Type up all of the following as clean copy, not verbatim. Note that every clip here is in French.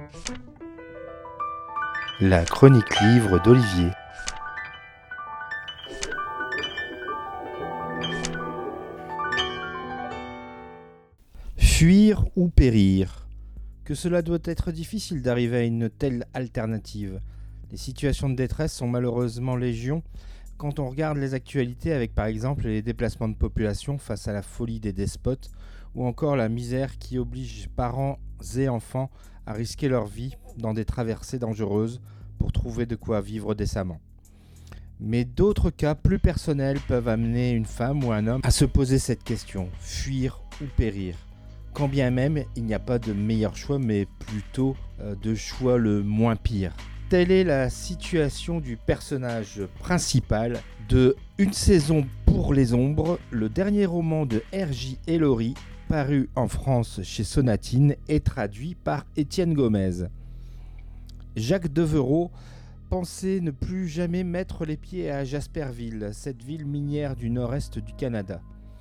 La chronique livre d'Olivier. Fuir ou périr. Que cela doit être difficile d'arriver à une telle alternative. Les situations de détresse sont malheureusement légion quand on regarde les actualités avec par exemple les déplacements de population face à la folie des despotes ou encore la misère qui oblige parents et enfants à risquer leur vie dans des traversées dangereuses pour trouver de quoi vivre décemment. Mais d'autres cas plus personnels peuvent amener une femme ou un homme à se poser cette question, fuir ou périr. Quand bien même il n'y a pas de meilleur choix, mais plutôt de choix le moins pire. Telle est la situation du personnage principal de Une saison pour les ombres, le dernier roman de R.J. Ellory, paru en France chez Sonatine et traduit par Étienne Gomez. Jacques Devereux pensait ne plus jamais mettre les pieds à Jasperville, cette ville minière du nord-est du Canada.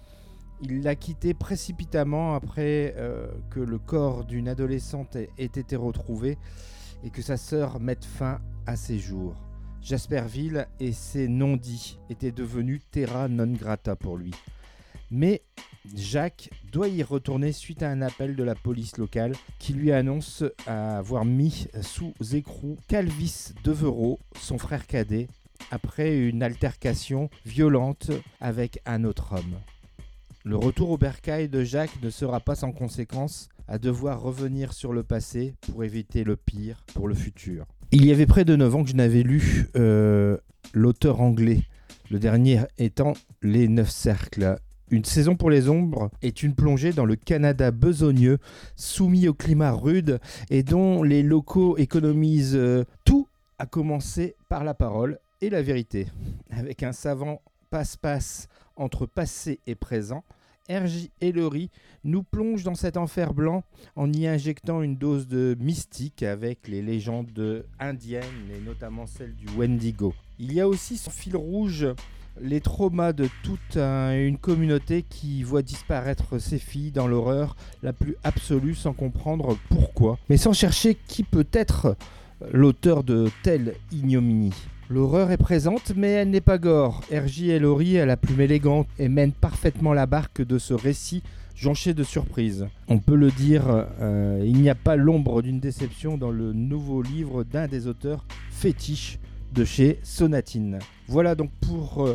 Il l'a quitté précipitamment après que le corps d'une adolescente ait été retrouvé et que sa sœur mette fin à ses jours. Jasperville et ses non-dits étaient devenus terra non grata pour lui. Mais Jacques doit y retourner suite à un appel de la police locale qui lui annonce avoir mis sous écrou Calvis Devereux, son frère cadet, après une altercation violente avec un autre homme. Le retour au bercail de Jacques ne sera pas sans conséquence, à devoir revenir sur le passé pour éviter le pire pour le futur. Il y avait près de 9 ans que je n'avais lu l'auteur anglais, le dernier étant Les 9 cercles. Une saison pour les ombres est une plongée dans le Canada besogneux, soumis au climat rude et dont les locaux économisent tout, à commencer par la parole et la vérité. Avec un savant passe-passe entre passé et présent, R.J. Ellory nous plonge dans cet enfer blanc en y injectant une dose de mystique avec les légendes indiennes et notamment celle du Wendigo. Il y a aussi son fil rouge, les traumas de toute une communauté qui voit disparaître ses filles dans l'horreur la plus absolue sans comprendre pourquoi, mais sans chercher qui peut être l'auteur de telle ignominie. L'horreur est présente, mais elle n'est pas gore. R.J. Ellory a la plume élégante et mène parfaitement la barque de ce récit jonché de surprises. On peut le dire, il n'y a pas l'ombre d'une déception dans le nouveau livre d'un des auteurs fétiches de chez Sonatine. Voilà donc pour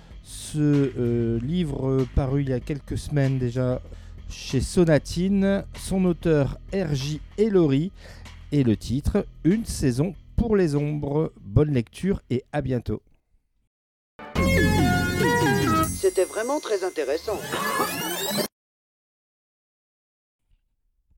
ce livre paru il y a quelques semaines déjà chez Sonatine. Son auteur R.J. Ellory et le titre Une saison pour les ombres. Bonne lecture et à bientôt. C'était vraiment très intéressant.